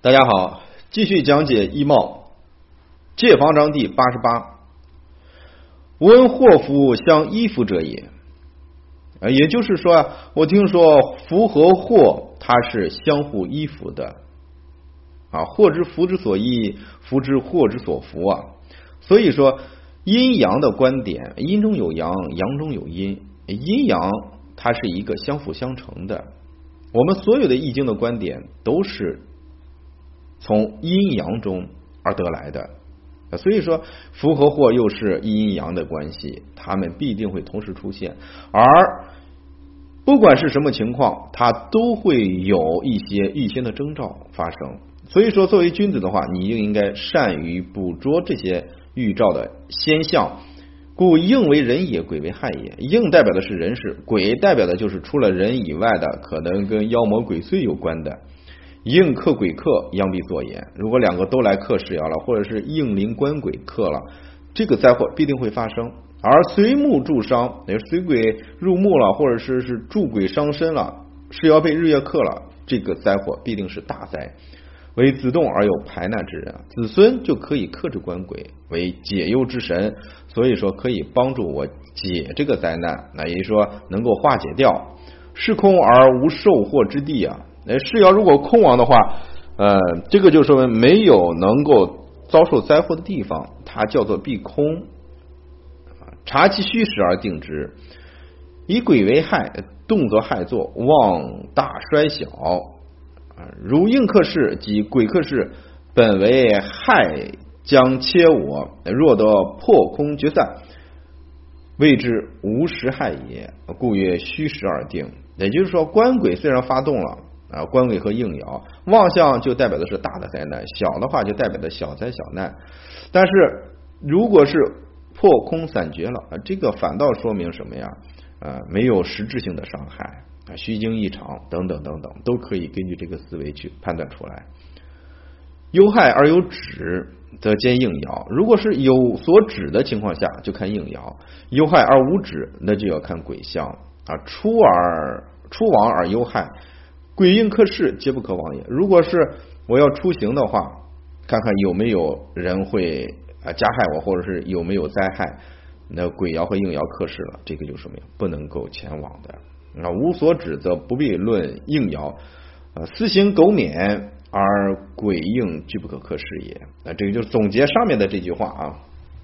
大家好，继续讲解衣帽。借房章第88。闻祸福相依附者也。也就是说我听说福和祸它是相互依附的祸之福之所依，福之祸之所伏所以说阴阳的观点，阴中有阳，阳中有阴，阴阳它是一个相辅相成的。我们所有的易经的观点都是从阴阳中而得来的，所以说福和祸又是阴阳的关系，它们必定会同时出现，而不管是什么情况，它都会有一些预先的征兆发生。所以说作为君子的话，你应该善于捕捉这些预兆的先象。故应为人也，鬼为害也。应代表的是人事，鬼代表的就是除了人以外的可能跟妖魔鬼祟有关的。应克鬼克，阳必作也。如果两个都来克世爻了，或者是应临官鬼克了，这个灾祸必定会发生。而随木助伤，也随鬼入木了，或者是助鬼伤身了，世爻被日月克了，这个灾祸必定是大灾。为子动而有排难之人，子孙就可以克制官鬼，为解忧之神，所以说可以帮助我解这个灾难，那也就是说能够化解掉。是空而无受祸之地世爻如果空亡的话，这个就说明没有能够遭受灾祸的地方，它叫做避空。察其虚实而定之，以鬼为害，动则害作，旺大衰小。如应克世及鬼克世，本为害将切我，若得破空决散，谓之无实害也，故曰虚实而定。也就是说官鬼虽然发动了官鬼和应爻，旺相就代表的是大的灾难，小的话就代表的小灾小难。但是如果是破空散绝了这个反倒说明什么呀？没有实质性的伤害，虚惊一场等等等等，都可以根据这个思维去判断出来。有害而有止，则兼应爻。如果是有所止的情况下，就看应爻；有害而无止，那就要看鬼象出亡而有害，鬼应克世，皆不可亡也。如果是我要出行的话，看看有没有人会加害我，或者是有没有灾害，那鬼爻和应爻克世了，这个就说明不能够前往的。无所指则不必论应爻，私行苟免而鬼应俱不可克世也。这个就是总结上面的这句话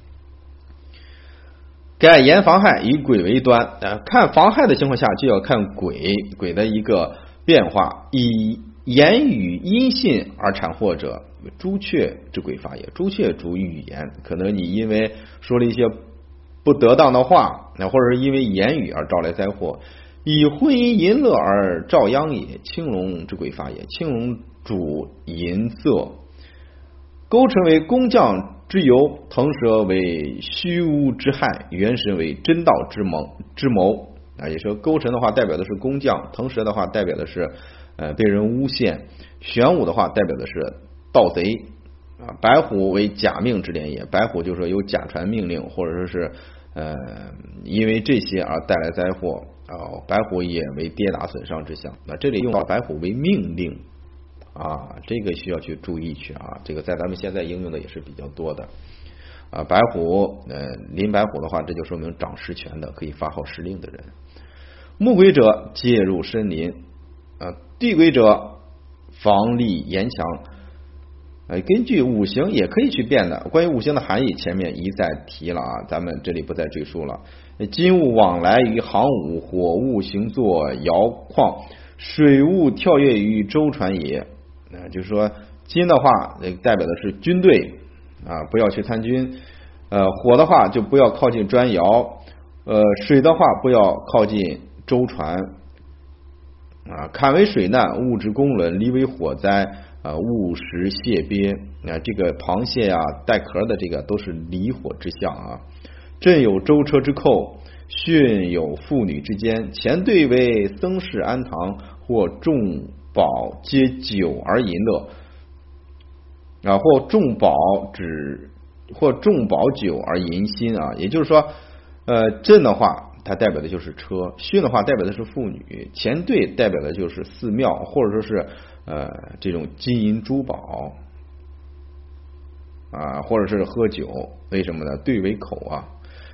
盖言防害以鬼为端，看防害的情况下就要看鬼的一个变化。以言语阴信而产祸者，朱雀之鬼发也。朱雀主语言，可能你因为说了一些不得当的话，或者是因为言语而招来灾祸。以婚姻淫乐而照殃也，青龙之鬼发也。青龙主淫色，勾陈为工匠之由，腾蛇为虚无之害，元神为真道之谋也说勾陈的话代表的是工匠，腾蛇的话代表的是被人诬陷，玄武的话代表的是盗贼白虎为假命之连也。白虎就是说有假传命令，或者说是因为这些而带来灾祸白虎也为跌打损伤之象。那这里用到白虎为命令这个需要去注意去这个在咱们现在应用的也是比较多的白虎临白虎的话，这就说明掌实权的，可以发号施令的人。木鬼者介入深林地鬼者防立严强。根据五行也可以去变的，关于五行的含义前面一再提了咱们这里不再赘述了。金物往来于航午，火物行作摇矿，水物跳跃于舟船也。就是说金的话代表的是军队不要去参军，火的话就不要靠近砖窑，水的话不要靠近舟船坎为水难，物之公伦；离为火灾，物食蟹鳖。这个螃蟹带壳的这个都是离火之象朕有舟车之寇，训有妇女之间。前对为僧士安堂，或众宝皆酒而淫乐或众宝酒而淫心也就是说朕的话它代表的就是车，巽的话代表的是妇女，乾兑代表的就是寺庙，或者说是这种金银珠宝啊，或者是喝酒。为什么呢？兑为口啊。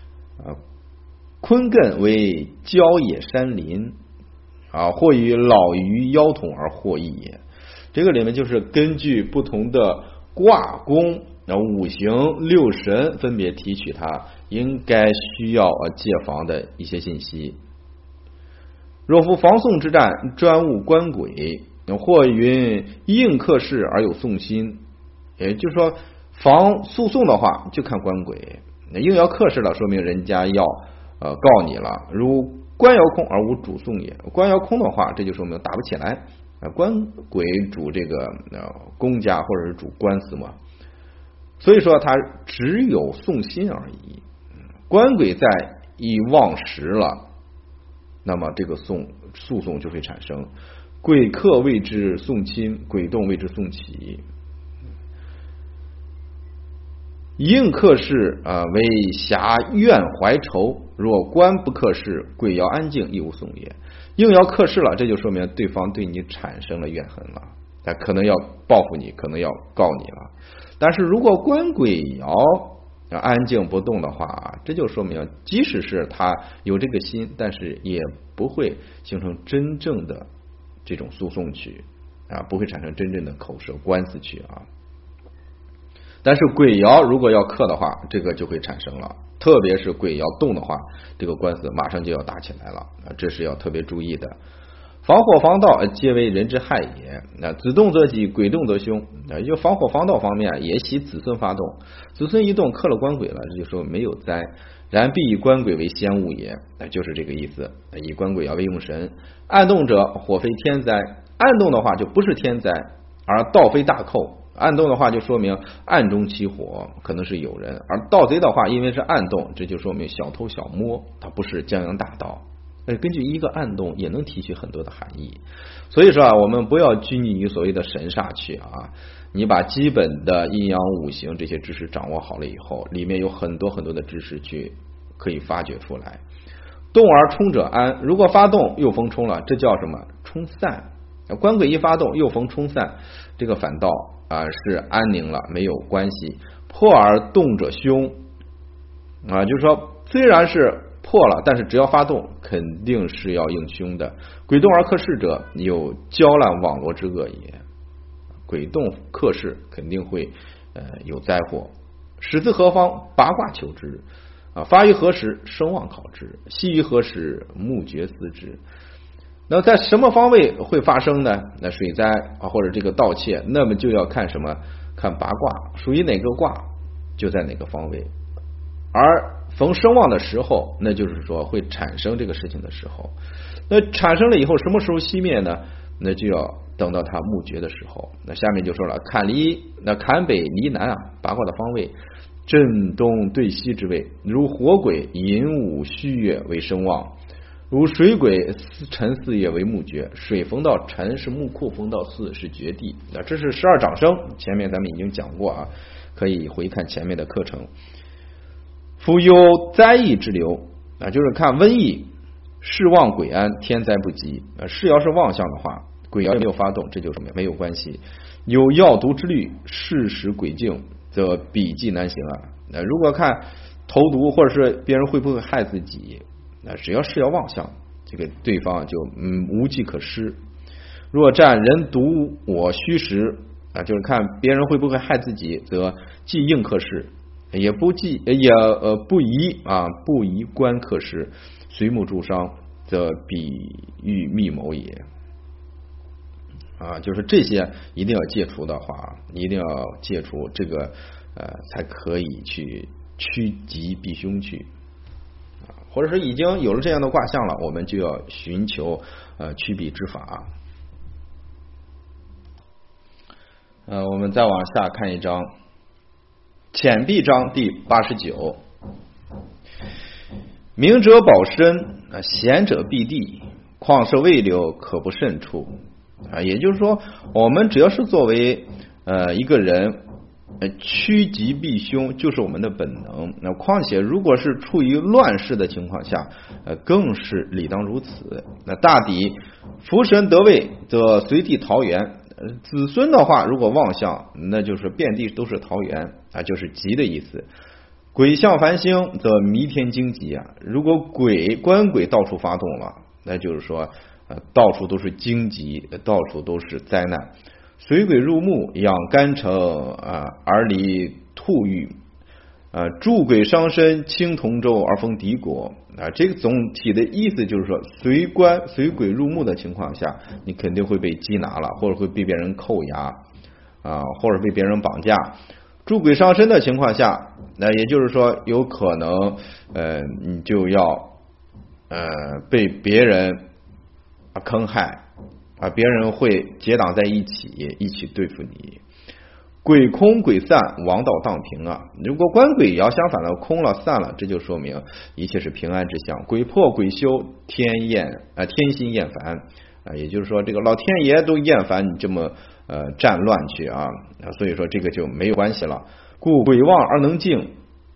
坤艮为郊野山林啊，或与老于腰筒而获益也。这个里面就是根据不同的卦宫、五行、六神分别提取它应该需要借房的一些信息。若夫防宋之战专务官鬼，或云应克事而有宋心，也就是说防诉讼的话就看官鬼，应爻克事了，说明人家要告你了。如官爻空而无主讼也，官爻空的话，这就说明打不起来。官鬼主这个公家或者是主官司嘛，所以说它只有送心而已。官鬼在一忘时了，那么这个诉讼就会产生。鬼克谓之送亲，鬼动谓之送喜。应克事为遐怨怀仇，若官不克事，鬼爻安静，亦无讼也。应爻克事了，这就说明对方对你产生了怨恨了，他可能要报复你，可能要告你了。但是如果官鬼爻安静不动的话，这就说明即使是他有这个心，但是也不会形成真正的这种诉讼去不会产生真正的口舌官司去啊。但是鬼爻如果要克的话，这个就会产生了，特别是鬼爻动的话，这个官司马上就要打起来了，这是要特别注意的。防火防盗皆为人之害也，子动则吉，鬼动则凶。就防火防盗方面也喜子孙发动，子孙一动克了官鬼了，这就说没有灾。然必以官鬼为先物也，就是这个意思。以官鬼爻为用神，暗动者火非天灾，暗动的话就不是天灾，而盗非大寇。暗动的话就说明暗中起火，可能是有人，而盗贼的话因为是暗动，这就说明小偷小摸，它不是江洋大盗。根据一个暗动也能提取很多的含义。所以说我们不要拘泥于所谓的神煞去你把基本的阴阳五行这些知识掌握好了以后，里面有很多很多的知识去可以发掘出来。动而冲者安，如果发动又逢冲了，这叫什么？冲散。官鬼一发动又逢冲散，这个反倒是安宁了，没有关系。破而动者凶就是说虽然是破了，但是只要发动肯定是要应凶的。鬼动而克事者，有交烂网罗之恶也。鬼动克事肯定会有灾祸。始自何方？八卦求之发于何时？声望考之。息于何时？目觉思之。那在什么方位会发生呢？那水灾或者这个盗窃，那么就要看什么？看八卦属于哪个卦就在哪个方位。而逢声望的时候，那就是说会产生这个事情的时候。那产生了以后什么时候熄灭呢？那就要等到它目觉的时候。那下面就说了，坎北离南八卦的方位，震东对西之位，如火鬼寅午戌月为声望，如水鬼辰巳夜为目绝。水逢到辰是木库，逢到巳是绝地。这是12长生，前面咱们已经讲过可以回看前面的课程。夫有灾异之流就是看瘟疫，事旺鬼安，天灾不及。事爻是旺相的话，鬼爻也没有发动，这就说明没有关系。有药毒之虑，事使鬼境，则笔迹难行如果看投毒或者是别人会不会害自己，只要事爻旺相，这个对方就无计可施。若占人毒我虚实就是看别人会不会害自己，则既应克事，也不宜官克事，随木助伤，则比喻密谋也就是这些一定要戒除的话，一定要戒除这个才可以去趋吉避凶去或者是已经有了这样的卦象了，我们就要寻求趋避之法我们再往下看一章，潜币章第89。明者保身，贤者避地，况是未留，可不慎处也就是说，我们只要是作为一个人趋吉避凶就是我们的本能。那况且如果是处于乱世的情况下，更是理当如此。那大抵福神得位则随地桃源，子孙的话如果旺相，那就是遍地都是桃源啊，就是吉的意思。鬼象繁星则弥天惊吉啊，如果官鬼到处发动了，那就是说到处都是荆棘，到处都是灾难。水鬼入木，养干城而离兔玉，助鬼伤身，轻同舟而封敌国啊。这个总体的意思就是说，随鬼入木的情况下，你肯定会被缉拿了，或者会被别人扣押或者被别人绑架。助鬼伤身的情况下，那也就是说，有可能你就要被别人坑害。别人会结党在一起对付你。鬼空鬼散，王道当平啊。如果官鬼爻相反的空了散了，这就说明一切是平安之象。鬼破鬼休，天心厌烦也就是说这个老天爷都厌烦你这么战乱去啊，所以说这个就没有关系了。故鬼旺而能静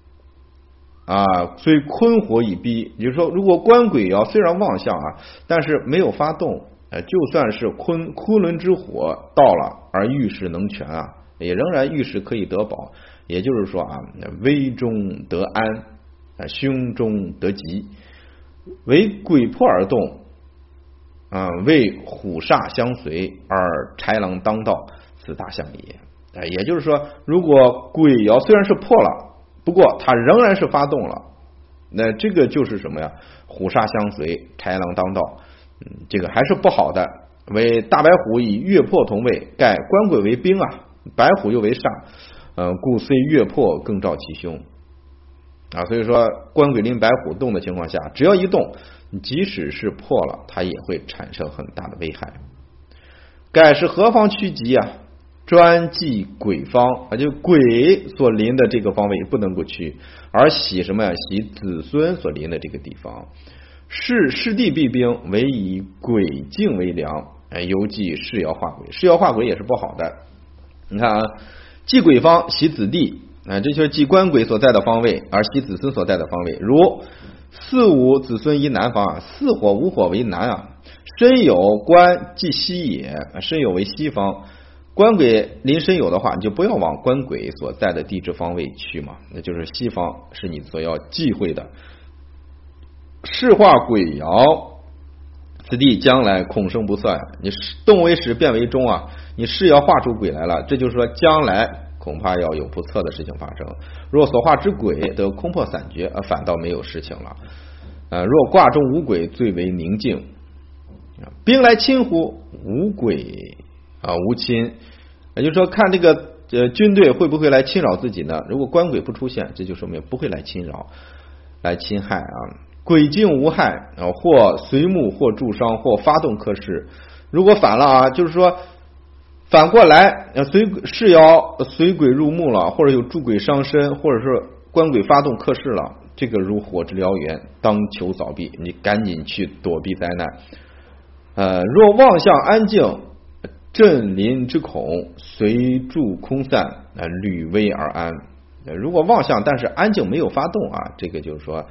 虽坤火已逼，也就是说如果官鬼爻虽然旺相但是没有发动，就算是昆仑之火到了，而玉石能全也仍然玉石可以得保。也就是说危中得安，凶中得吉，为鬼破而动为虎煞相随，而豺狼当道，此大象也。也就是说，如果鬼爻虽然是破了，不过它仍然是发动了，那这个就是什么呀？虎煞相随，豺狼当道。这个还是不好的。为大白虎以月破同位，盖官鬼为兵白虎又为煞，故虽月破更照其凶所以说官鬼临白虎动的情况下，只要一动，即使是破了，它也会产生很大的危害。盖是何方趋吉专忌鬼方就鬼所临的这个方位不能够去，而喜什么呀？喜子孙所临的这个地方。是地避兵，唯以鬼境为良，犹忌世爻化鬼。世爻化鬼也是不好的。你看忌鬼方喜子弟这就是忌官鬼所在的方位，而喜子孙所在的方位。如四五子孙宜南方四火五火为南申酉官忌西也，申酉为西方。官鬼临申酉的话，你就不要往官鬼所在的地支方位去嘛，那就是西方是你所要忌讳的。世化鬼爻，此地将来恐生不测你动为始，变为终你世爻化出鬼来了，这就是说将来恐怕要有不测的事情发生。若所化之鬼得空破散绝，反倒没有事情了。若卦中无鬼，最为宁静。兵来侵乎？无鬼无侵。也就是说看这个军队会不会来侵扰自己呢？如果官鬼不出现，这就说明不会来侵扰来侵害鬼境无害或随木或助伤或发动克事。如果反了就是说反过来世爻随鬼入木了，或者有助鬼伤身，或者是官鬼发动克事了，这个如火之燎原，当求早避，你赶紧去躲避灾难。若望向安静，震临之恐，随助空散，履危而安。如果望向但是安静没有发动这个就是说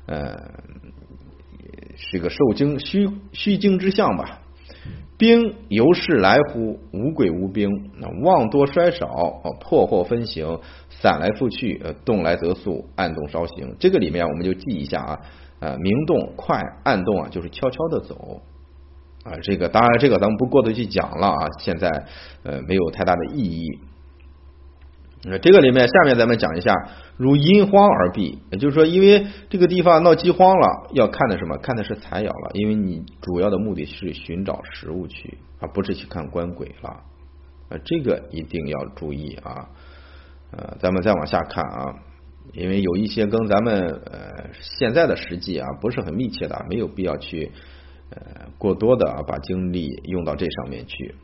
是个受惊虚惊之象吧。兵由是来乎？无鬼无兵，旺多衰少，破或分形，散来复去，动来则速，暗动稍行。这个里面我们就记一下明动快，暗动就是悄悄的走这个当然这个咱们不过多去讲了现在没有太大的意义。这个里面下面咱们讲一下如阴荒而避，也就是说因为这个地方闹饥荒了，要看的什么？看的是财爻了，因为你主要的目的是寻找食物去不是去看官鬼了这个一定要注意咱们再往下看因为有一些跟咱们现在的实际不是很密切的，没有必要去过多的把精力用到这上面去。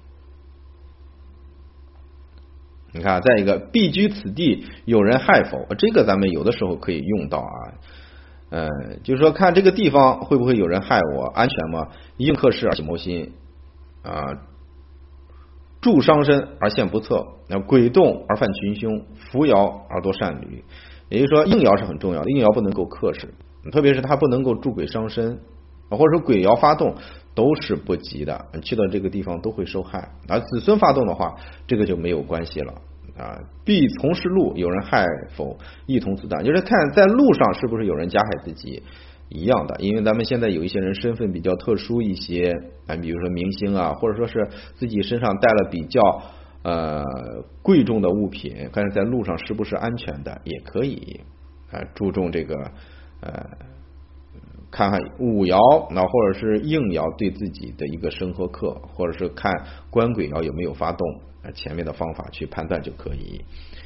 你看再一个必居此地，有人害否？这个咱们有的时候可以用到就是说看这个地方会不会有人害我，安全吗？应克事而起谋心助伤身而陷不测，鬼动而犯群凶，扶摇而多善旅。也就是说，应爻是很重要的，应爻不能够克制，特别是它不能够助鬼伤身，或者说鬼爻发动都是不吉的，去到这个地方都会受害。而子孙发动的话，这个就没有关系了啊。必从事路，有人害否，一同自断，就是看在路上是不是有人加害自己。一样的，因为咱们现在有一些人身份比较特殊一些，比如说明星啊，或者说是自己身上带了比较贵重的物品，看在路上是不是安全的，也可以注重这个看看五爻，那或者是应爻对自己的一个生和克，或者是看官鬼爻有没有发动，前面的方法去判断就可以。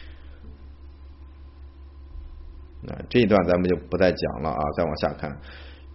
这一段咱们就不再讲了啊，再往下看。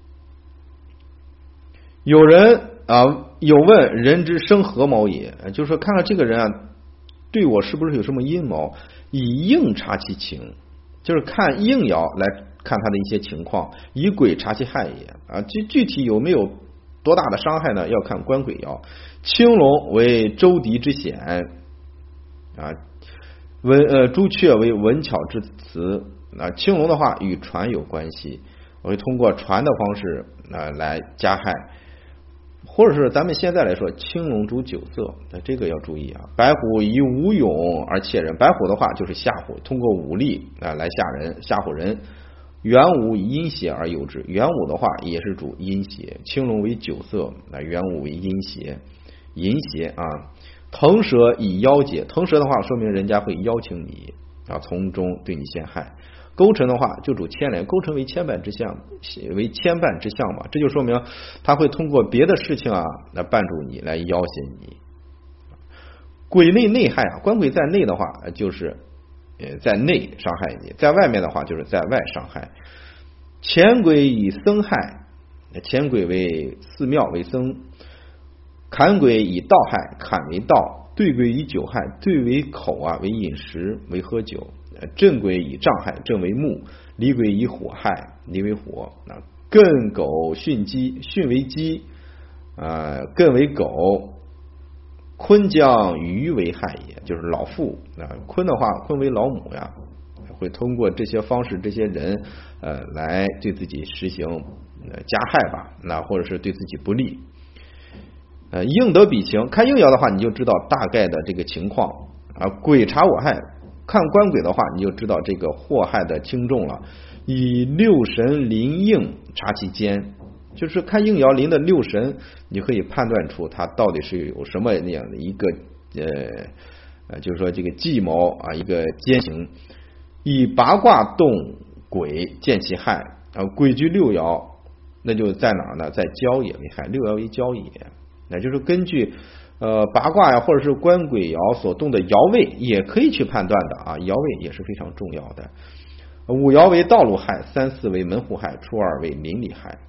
有人有问人之生何谋也，就是说看看这个人啊，对我是不是有什么阴谋，以应察其情，就是看应爻来看他的一些情况，以鬼察其害也啊。具体有没有多大的伤害呢？要看官鬼爻。青龙为周敌之险啊，朱雀为文巧之辞。青龙的话与船有关系，我会通过船的方式来加害，或者是咱们现在来说青龙主酒色，这个要注意啊。白虎以武勇而窃人，白虎的话就是吓唬，通过武力来吓唬人。元武以阴邪而诱之，元武的话也是主阴邪，青龙为酒色，元武为阴邪，淫邪啊。腾蛇以妖解，腾蛇的话说明人家会邀请你从中对你陷害。勾陈的话就主牵连，勾陈为牵绊之象，嘛，这就说明他会通过别的事情来绊住你，来要挟你。鬼内害官鬼在内的话就是在内伤害你，在外面的话就是在外伤害。乾鬼以僧害，乾鬼为寺庙为僧，坎鬼以道害，坎为道，兑鬼以酒害，兑为口为饮食为喝酒。震鬼以障害，震为木；离鬼以火害，离为火。艮狗巽鸡，巽为鸡，艮为狗。坤将鱼为害也，就是老妇坤的话，坤为老母呀，会通过这些方式，这些人来对自己实行加害吧，或者是对自己不利。应得比情，看应爻的话，你就知道大概的这个情况鬼察我害。看官鬼的话，你就知道这个祸害的轻重了。以六神临应察其间，就是看应爻临的六神，你可以判断出它到底是有什么那样的一个就是说这个计谋一个奸行。以八卦动鬼见其害鬼居六爻，那就在哪呢？在交也为害，六爻为交也，那就是根据八卦呀，或者是官鬼爻所动的爻位，也可以去判断的爻位也是非常重要的。五爻为道路害，三四为门户害，初二为邻里害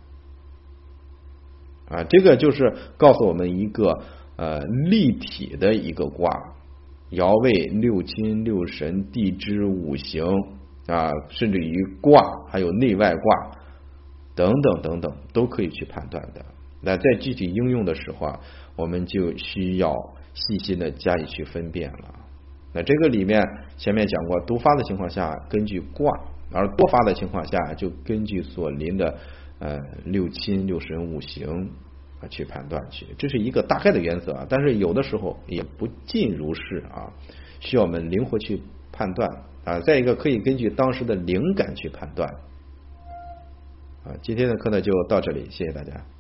这个就是告诉我们一个立体的一个卦，爻位、六亲、六神、地支、五行甚至于卦，还有内外卦等等等等，都可以去判断的。那在具体应用的时候我们就需要细心的加以去分辨了。那这个里面前面讲过，独发的情况下根据卦，而多发的情况下就根据所临的六亲、六神、五行去判断去，这是一个大概的原则但是有的时候也不尽如是需要我们灵活去判断再一个可以根据当时的灵感去判断今天的课呢就到这里，谢谢大家。